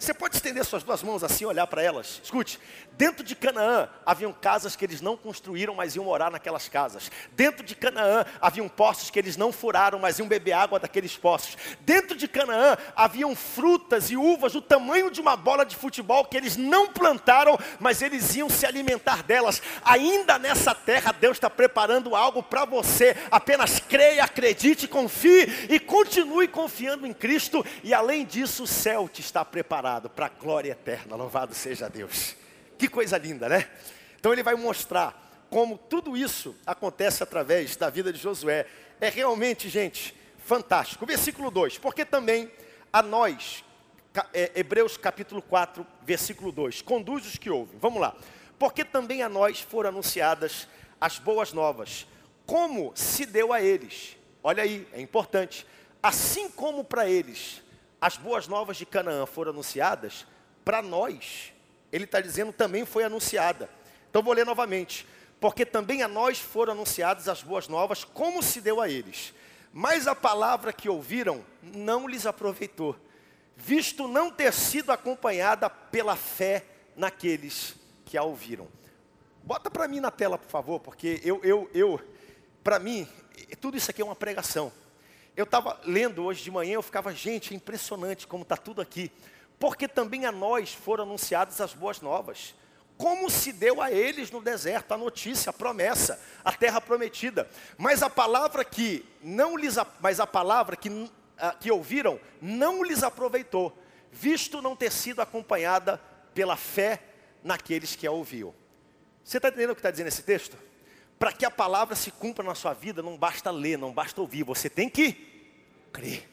Você pode estender suas duas mãos assim e olhar para elas? Escute, dentro de Canaã haviam casas que eles não construíram, mas iam morar naquelas casas. Dentro de Canaã haviam poços que eles não furaram, mas iam beber água daqueles poços. Dentro de Canaã haviam frutas e uvas do tamanho de uma bola de futebol que eles não plantaram, mas eles iam se alimentar delas. Ainda nessa terra Deus está preparando algo para você. Apenas creia, acredite, confie e continue confiando em Cristo. E além disso, o céu te está preparado para a glória eterna, louvado seja Deus. Que coisa linda, né? Então ele vai mostrar como tudo isso acontece através da vida de Josué. É realmente, gente, fantástico. Versículo dois, porque também a nós, é, Hebreus capítulo quatro, versículo dois, conduz os que ouvem. Vamos lá. Porque também a nós foram anunciadas as boas novas, como se deu a eles. Olha aí, é importante. Assim como para eles as boas novas de Canaã foram anunciadas, para nós, ele está dizendo, também foi anunciada. Então vou ler novamente. Porque também a nós foram anunciadas as boas novas, como se deu a eles. Mas a palavra que ouviram não lhes aproveitou, visto não ter sido acompanhada pela fé naqueles que a ouviram. Bota para mim na tela, por favor, porque eu, eu, eu para mim, tudo isso aqui é uma pregação. Eu estava lendo hoje de manhã, eu ficava, gente, é impressionante como está tudo aqui. Porque também a nós foram anunciadas as boas novas. Como se deu a eles no deserto, a notícia, a promessa, a terra prometida. Mas a palavra que não lhes, mas a palavra que, a, que ouviram não lhes aproveitou, visto não ter sido acompanhada pela fé naqueles que a ouviam. Você está entendendo o que está dizendo esse texto? Para que a palavra se cumpra na sua vida, não basta ler, não basta ouvir, você tem que crer.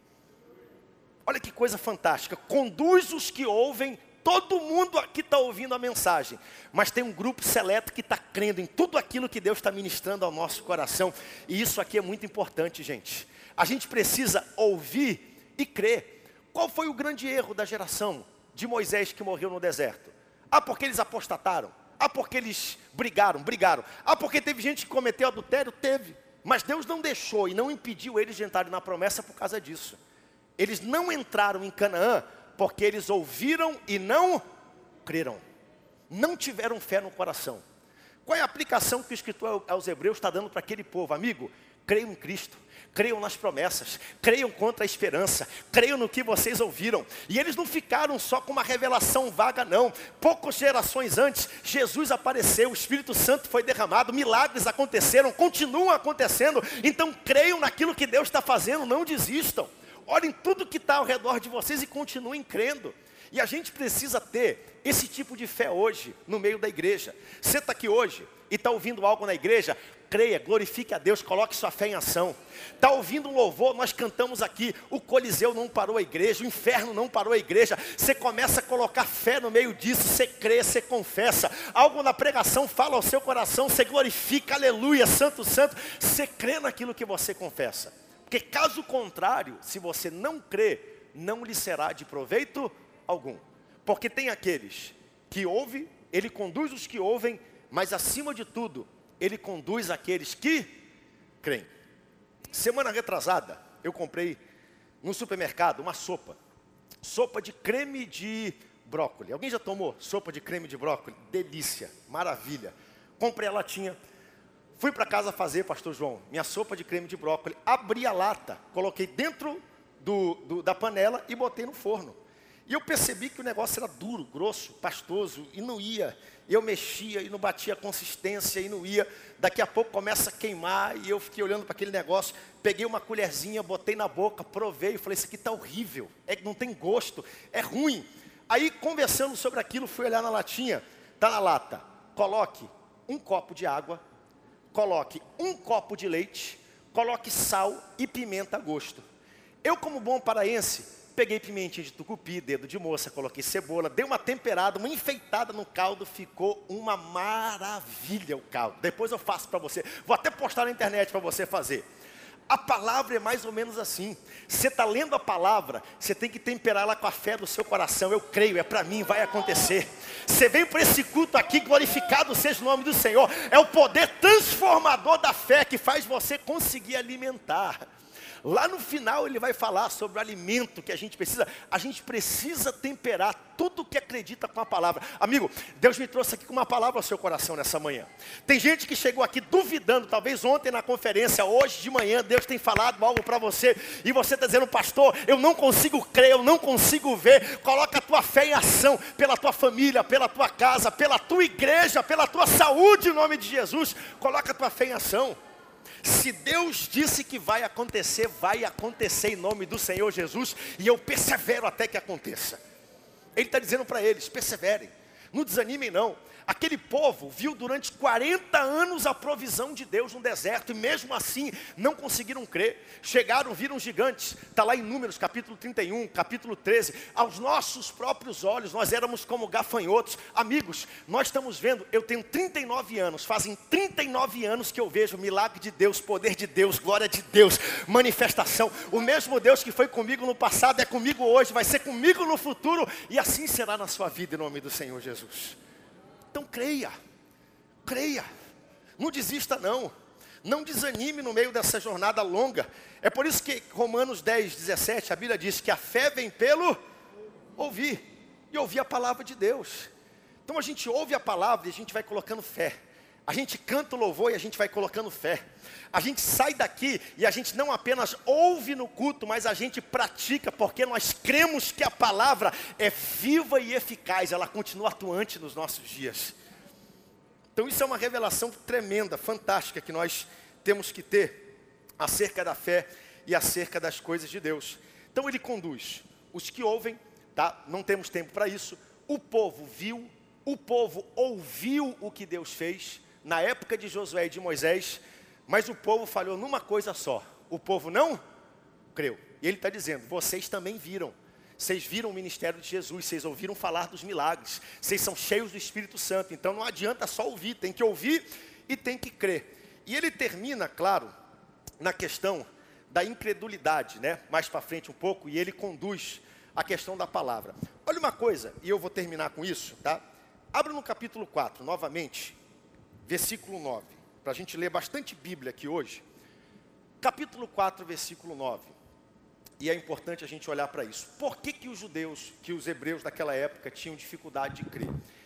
Olha que coisa fantástica, conduz os que ouvem, todo mundo aqui está ouvindo a mensagem, mas tem um grupo seleto que está crendo em tudo aquilo que Deus está ministrando ao nosso coração, e isso aqui é muito importante, gente. A gente precisa ouvir e crer. Qual foi o grande erro da geração de Moisés que morreu no deserto? Ah, porque eles apostataram. Ah, porque eles brigaram, brigaram. Ah, porque teve gente que cometeu adultério? Teve. Mas Deus não deixou e não impediu eles de entrarem na promessa por causa disso. Eles não entraram em Canaã porque eles ouviram e não creram. Não tiveram fé no coração. Qual é a aplicação que o escritor aos Hebreus está dando para aquele povo? Amigo, creiam em Cristo. Creiam nas promessas, creiam contra a esperança, creiam no que vocês ouviram. E eles não ficaram só com uma revelação vaga, não. Poucas gerações antes, Jesus apareceu, o Espírito Santo foi derramado, milagres aconteceram, continuam acontecendo. Então creiam naquilo que Deus está fazendo, não desistam. Olhem tudo que está ao redor de vocês e continuem crendo. E a gente precisa ter esse tipo de fé hoje, no meio da igreja. Você está aqui hoje e está ouvindo algo na igreja, creia, glorifique a Deus, coloque sua fé em ação. Está ouvindo um louvor, nós cantamos aqui, o Coliseu não parou a igreja, o inferno não parou a igreja. Você começa a colocar fé no meio disso, você crê, você confessa. Algo na pregação fala ao seu coração, você glorifica, aleluia, santo, santo. Você crê naquilo que você confessa. Porque caso contrário, se você não crê, não lhe será de proveito algum. Porque tem aqueles que ouvem, ele conduz os que ouvem, mas acima de tudo, ele conduz aqueles que creem. Semana retrasada, eu comprei no supermercado uma sopa. Sopa de creme de brócolis. Alguém já tomou sopa de creme de brócolis? Delícia, maravilha. Comprei a latinha. Fui para casa fazer, pastor João, minha sopa de creme de brócolis. Abri a lata, coloquei dentro do, do, da panela e botei no forno. E eu percebi que o negócio era duro, grosso, pastoso, e não ia. Eu mexia e não batia a consistência e não ia. Daqui a pouco começa a queimar e eu fiquei olhando para aquele negócio. Peguei uma colherzinha, botei na boca, provei e falei, isso aqui está horrível, é, não tem gosto, é ruim. Aí conversando sobre aquilo, fui olhar na latinha, está na lata, coloque um copo de água, coloque um copo de leite, coloque sal e pimenta a gosto. Eu, como bom paraense, peguei pimentinha de tucupi, dedo de moça, coloquei cebola, dei uma temperada, uma enfeitada no caldo, ficou uma maravilha o caldo. Depois eu faço para você, vou até postar na internet para você fazer. A palavra é mais ou menos assim. Você está lendo a palavra, você tem que temperar ela com a fé do seu coração. Eu creio, é para mim, vai acontecer. Você veio para esse culto aqui, glorificado seja o nome do Senhor. É o poder transformador da fé que faz você conseguir alimentar. Lá no final ele vai falar sobre o alimento que a gente precisa. A gente precisa temperar tudo que acredita com a palavra. Amigo, Deus me trouxe aqui com uma palavra ao seu coração nessa manhã. Tem gente que chegou aqui duvidando, talvez ontem na conferência, hoje de manhã, Deus tem falado algo para você. E você está dizendo, pastor, eu não consigo crer, eu não consigo ver. Coloca a tua fé em ação, pela tua família, pela tua casa, pela tua igreja, pela tua saúde, em nome de Jesus. Coloca a tua fé em ação. Se Deus disse que vai acontecer, vai acontecer em nome do Senhor Jesus. E eu persevero até que aconteça. Ele está dizendo para eles, perseverem. Não desanimem não. Aquele povo viu durante quarenta anos a provisão de Deus no deserto. E mesmo assim não conseguiram crer. Chegaram, viram gigantes. Está lá em Números capítulo trinta e um, capítulo treze. Aos nossos próprios olhos nós éramos como gafanhotos. Amigos, nós estamos vendo, eu tenho trinta e nove anos. Fazem trinta e nove anos que eu vejo milagre de Deus, poder de Deus, glória de Deus, manifestação. O mesmo Deus que foi comigo no passado é comigo hoje, vai ser comigo no futuro. E assim será na sua vida em nome do Senhor Jesus. Então creia, creia, não desista não, não desanime no meio dessa jornada longa. É por isso que Romanos dez, dezessete, a Bíblia diz que a fé vem pelo ouvir, e ouvir a palavra de Deus. Então a gente ouve a palavra e a gente vai colocando fé. A gente canta o louvor e a gente vai colocando fé. A gente sai daqui e a gente não apenas ouve no culto, mas a gente pratica, porque nós cremos que a palavra é viva e eficaz, ela continua atuante nos nossos dias. Então isso é uma revelação tremenda, fantástica, que nós temos que ter acerca da fé e acerca das coisas de Deus. Então ele conduz os que ouvem, tá? Não temos tempo para isso. O povo viu, o povo ouviu o que Deus fez na época de Josué e de Moisés, mas o povo falhou numa coisa só. O povo não creu. E ele está dizendo, vocês também viram. Vocês viram o ministério de Jesus, vocês ouviram falar dos milagres. Vocês são cheios do Espírito Santo. Então não adianta só ouvir, tem que ouvir e tem que crer. E ele termina, claro, na questão da incredulidade, né? Mais para frente um pouco, e ele conduz a questão da palavra. Olha uma coisa, e eu vou terminar com isso, tá? Abra no capítulo quatro, novamente, versículo nove, para a gente ler bastante Bíblia aqui hoje. Capítulo quatro, versículo nove. E é importante a gente olhar para isso. Por que que os judeus, que os hebreus daquela época tinham dificuldade de crer?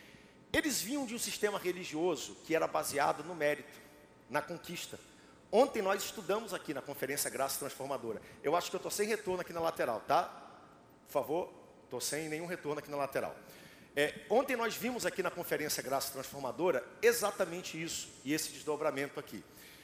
Eles vinham de um sistema religioso que era baseado no mérito, na conquista. Ontem nós estudamos aqui na conferência Graça Transformadora. Eu acho que eu estou sem retorno aqui na lateral, tá? Por favor, estou sem nenhum retorno aqui na lateral. É, ontem nós vimos aqui na conferência Graça Transformadora exatamente isso, e esse desdobramento aqui.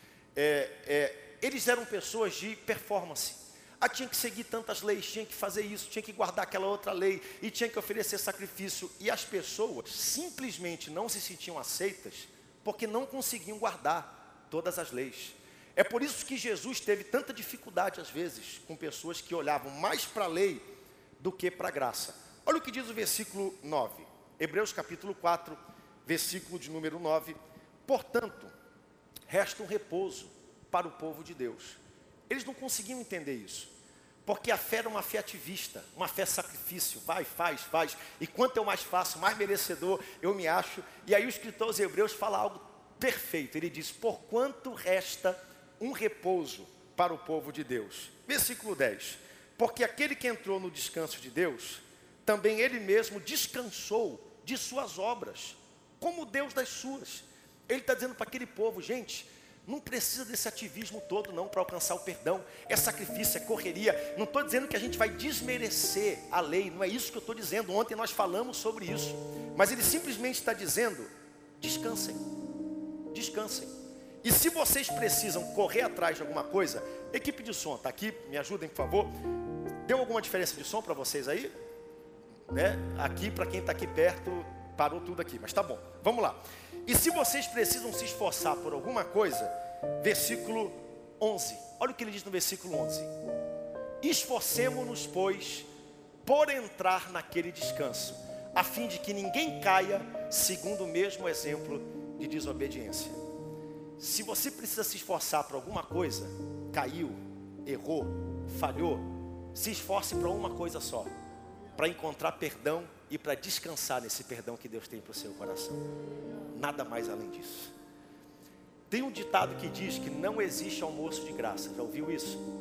É, é, eles eram pessoas de performance. Ah, tinha que seguir tantas leis, tinha que fazer isso, tinha que guardar aquela outra lei, e tinha que oferecer sacrifício. E as pessoas simplesmente não se sentiam aceitas, porque não conseguiam guardar todas as leis. É por isso que Jesus teve tanta dificuldade, às vezes, com pessoas que olhavam mais para a lei do que para a graça. Olha o que diz o versículo nove. Hebreus capítulo quatro, versículo de número nove. Portanto, resta um repouso para o povo de Deus. Eles não conseguiam entender isso, porque a fé era uma fé ativista, uma fé sacrifício, vai, faz, faz, e quanto eu mais faço, mais merecedor eu me acho. E aí o escritor aos Hebreus fala algo perfeito, ele diz, porquanto resta um repouso para o povo de Deus. Versículo dez, porque aquele que entrou no descanso de Deus, também ele mesmo descansou de suas obras, como Deus das suas. Ele está dizendo para aquele povo, gente, não precisa desse ativismo todo não para alcançar o perdão. É sacrifício, é correria. Não estou dizendo que a gente vai desmerecer a lei, não é isso que eu estou dizendo. Ontem nós falamos sobre isso. Mas ele simplesmente está dizendo, descansem, descansem. E se vocês precisam correr atrás de alguma coisa, equipe de som, está aqui, me ajudem por favor. Deu alguma diferença de som para vocês aí? Né? Aqui, para quem está aqui perto, parou tudo aqui, mas tá bom, vamos lá. E se vocês precisam se esforçar por alguma coisa, versículo onze, olha o que ele diz no versículo onze. Esforcemo-nos, pois, por entrar naquele descanso, a fim de que ninguém caia segundo o mesmo exemplo de desobediência. Se você precisa se esforçar por alguma coisa, caiu, errou, falhou, se esforce para uma coisa só, para encontrar perdão e para descansar nesse perdão que Deus tem para o seu coração. Nada mais além disso. Tem um ditado que diz que não existe almoço de graça. Já ouviu isso?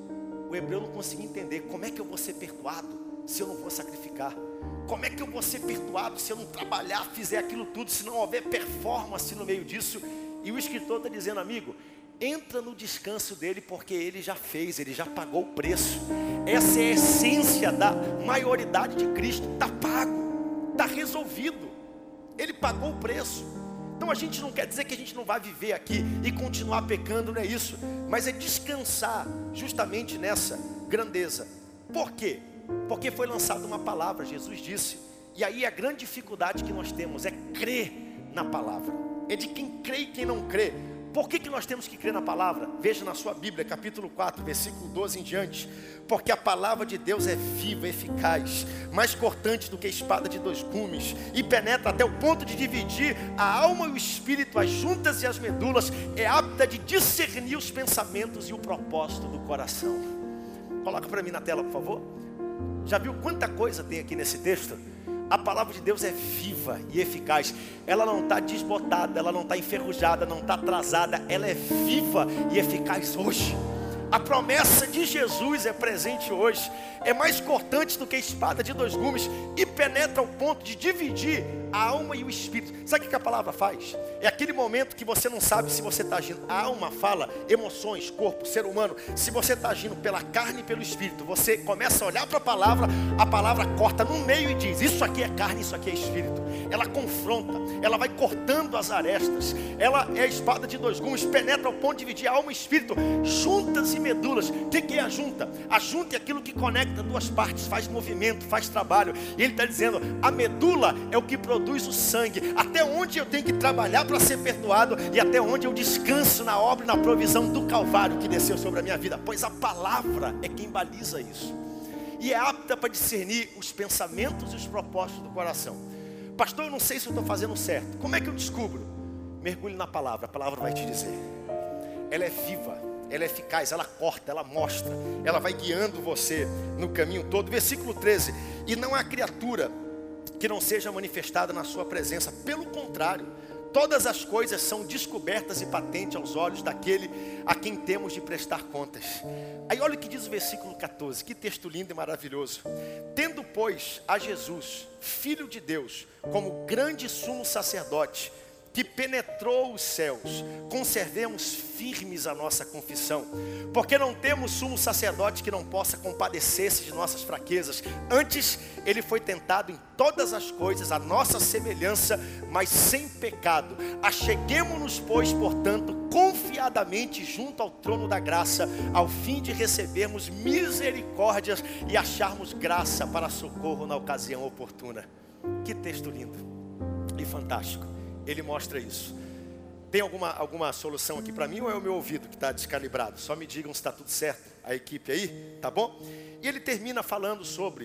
o hebreu não conseguia entender. Como é que eu vou ser perdoado se eu não vou sacrificar? Como é que eu vou ser perdoado se eu não trabalhar, fizer aquilo tudo, se não houver performance no meio disso? E o escritor está dizendo, amigo, entra no descanso dele, porque ele já fez, ele já pagou o preço. Essa é a essência da maioridade de Cristo. Está pago, está resolvido. Ele pagou o preço. Então a gente não quer dizer que a gente não vai viver aqui e continuar pecando, não é isso. Mas é descansar justamente nessa grandeza. Por quê? Porque foi lançada uma palavra, Jesus disse. E aí a grande dificuldade que nós temos é crer na palavra. É de quem crê e quem não crê. Por que que nós temos que crer na palavra? Veja na sua Bíblia, capítulo quatro, versículo doze em diante. Porque a palavra de Deus é viva, eficaz, mais cortante do que a espada de dois gumes, e penetra até o ponto de dividir a alma e o espírito, as juntas e as medulas, é apta de discernir os pensamentos e o propósito do coração. Coloca para mim na tela, por favor. Já viu quanta coisa tem aqui nesse texto? A palavra de Deus é viva e eficaz. Ela não está desbotada, ela não está enferrujada, não está atrasada. Ela é viva e eficaz hoje. A promessa de Jesus é presente hoje. É mais cortante do que a espada de dois gumes e penetra ao ponto de dividir a alma e o espírito. Sabe o que a palavra faz? É aquele momento que você não sabe se você está agindo. A alma fala emoções, corpo, ser humano. Se você está agindo pela carne e pelo espírito, você começa a olhar para a palavra, a palavra corta no meio e diz, isso aqui é carne, isso aqui é espírito. Ela confronta, ela vai cortando as arestas. Ela é a espada de dois gumes, penetra ao ponto de dividir a alma e espírito, juntas e medulas. O que é a junta? A junta é aquilo que conecta duas partes, faz movimento, faz trabalho. E ele está dizendo, a medula é o que produz o sangue. Até onde eu tenho que trabalhar para ser perdoado e até onde eu descanso na obra e na provisão do Calvário que desceu sobre a minha vida. Pois a palavra é quem baliza isso. E é apta para discernir os pensamentos e os propósitos do coração. Pastor, eu não sei se eu estou fazendo certo. Como é que eu descubro? Mergulhe na palavra, a palavra vai te dizer. Ela é viva, ela é eficaz, ela corta, ela mostra, ela vai guiando você no caminho todo. Versículo treze, e não há criatura que não seja manifestada na sua presença, pelo contrário, todas as coisas são descobertas e patentes aos olhos daquele a quem temos de prestar contas. Aí olha o que diz o versículo catorze, que texto lindo e maravilhoso. Tendo, pois, a Jesus, Filho de Deus, como grande sumo sacerdote, que penetrou os céus, conservemos firmes a nossa confissão, porque não temos sumo sacerdote que não possa compadecer-se de nossas fraquezas. Antes, ele foi tentado em todas as coisas, a nossa semelhança, mas sem pecado. Acheguemo-nos, pois, portanto, confiadamente junto ao trono da graça, ao fim de recebermos misericórdias e acharmos graça para socorro na ocasião oportuna. Que texto lindo e fantástico. Ele mostra isso. Tem alguma, alguma solução aqui para mim ou é o meu ouvido que está descalibrado? Só me digam se está tudo certo, a equipe aí, tá bom? E ele termina falando sobre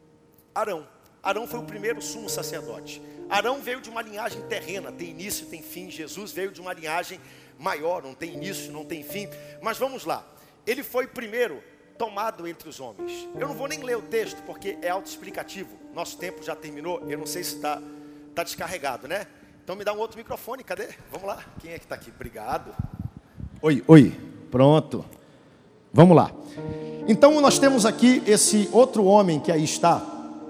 Arão. Arão foi o primeiro sumo sacerdote. Arão veio de uma linhagem terrena, tem início, tem fim. Jesus veio de uma linhagem maior, não tem início, não tem fim. Mas vamos lá, ele foi primeiro tomado entre os homens. Eu não vou nem ler o texto porque é autoexplicativo. Nosso tempo já terminou, eu não sei se está tá descarregado, né? Então me dá um outro microfone, cadê? Vamos lá, quem é que está aqui? Obrigado. Oi, oi, pronto. Vamos lá. Então nós temos aqui esse outro homem que aí está,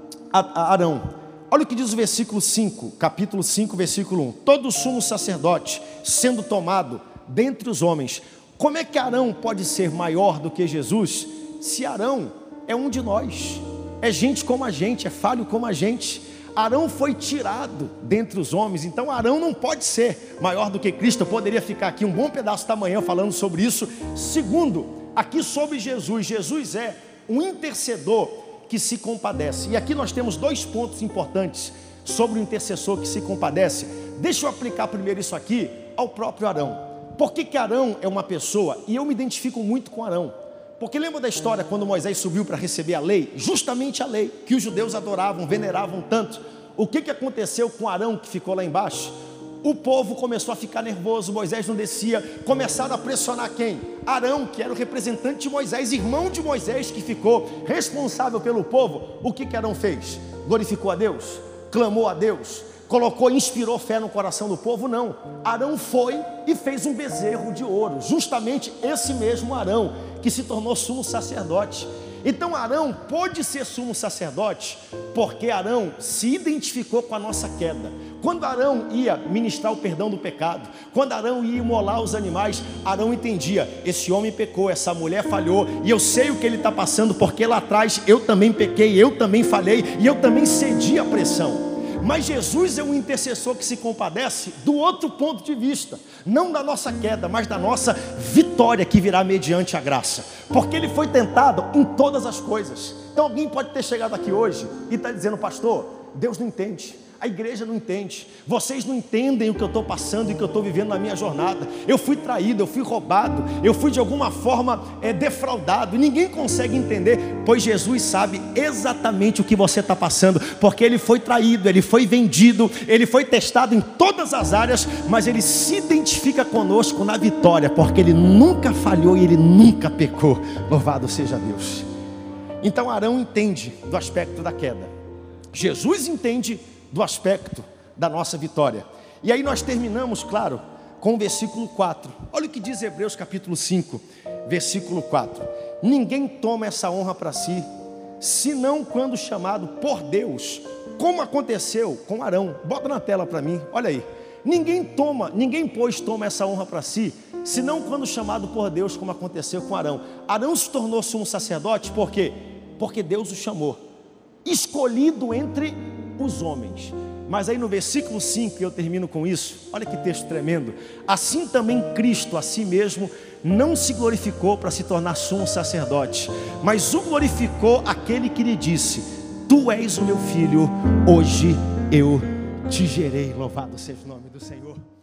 Arão. Olha o que diz o versículo cinco, capítulo cinco, versículo um. Todo sumo sacerdote sendo tomado dentre os homens. Como é que Arão pode ser maior do que Jesus? Se Arão é um de nós, é gente como a gente, é falho como a gente. Arão foi tirado dentre os homens, então Arão não pode ser maior do que Cristo. Eu poderia ficar aqui um bom pedaço da manhã falando sobre isso. Segundo, aqui sobre Jesus, Jesus é um intercedor que se compadece. E aqui nós temos dois pontos importantes sobre o intercessor que se compadece. Deixa eu aplicar primeiro isso aqui ao próprio Arão. Por que que Arão é uma pessoa? E eu me identifico muito com Arão. Porque lembra da história quando Moisés subiu para receber a lei? Justamente a lei que os judeus adoravam, veneravam tanto. O que que aconteceu com Arão que ficou lá embaixo? O povo começou a ficar nervoso, Moisés não descia. Começaram a pressionar quem? Arão, que era o representante de Moisés, irmão de Moisés, que ficou responsável pelo povo. O que que Arão fez? Glorificou a Deus, clamou a Deus, colocou, inspirou fé no coração do povo, não. Arão foi e fez um bezerro de ouro, justamente esse mesmo Arão, que se tornou sumo sacerdote. Então Arão pôde ser sumo sacerdote, porque Arão se identificou com a nossa queda. Quando Arão ia ministrar o perdão do pecado, quando Arão ia imolar os animais, Arão entendia, esse homem pecou, essa mulher falhou, e eu sei o que ele está passando, porque lá atrás eu também pequei, eu também falhei, e eu também cedi à pressão. Mas Jesus é um intercessor que se compadece do outro ponto de vista, não da nossa queda, mas da nossa vitória que virá mediante a graça, porque ele foi tentado em todas as coisas. Então alguém pode ter chegado aqui hoje e está dizendo, pastor, Deus não entende, a igreja não entende, vocês não entendem o que eu estou passando e o que eu estou vivendo na minha jornada. Eu fui traído, eu fui roubado, eu fui de alguma forma é, defraudado, e ninguém consegue entender, pois Jesus sabe exatamente o que você está passando, porque ele foi traído, ele foi vendido, ele foi testado em todas as áreas, mas ele se identifica conosco na vitória, porque ele nunca falhou e ele nunca pecou. Louvado seja Deus. Então Arão entende do aspecto da queda, Jesus entende do aspecto da nossa vitória. E aí nós terminamos, claro, com o versículo quatro. Olha o que diz Hebreus capítulo cinco, versículo quatro. Ninguém toma essa honra para si, senão quando chamado por Deus, como aconteceu com Arão. Bota na tela para mim, olha aí. Ninguém toma, ninguém pois toma essa honra para si, senão quando chamado por Deus, como aconteceu com Arão. Arão se tornou sumo sacerdote, por quê? Porque Deus o chamou, escolhido entre os homens. Mas aí no versículo cinco, e eu termino com isso, olha que texto tremendo. Assim também Cristo a si mesmo não se glorificou para se tornar sumo sacerdote, mas o glorificou aquele que lhe disse, tu és o meu filho, hoje eu te gerei. Louvado seja o nome do Senhor.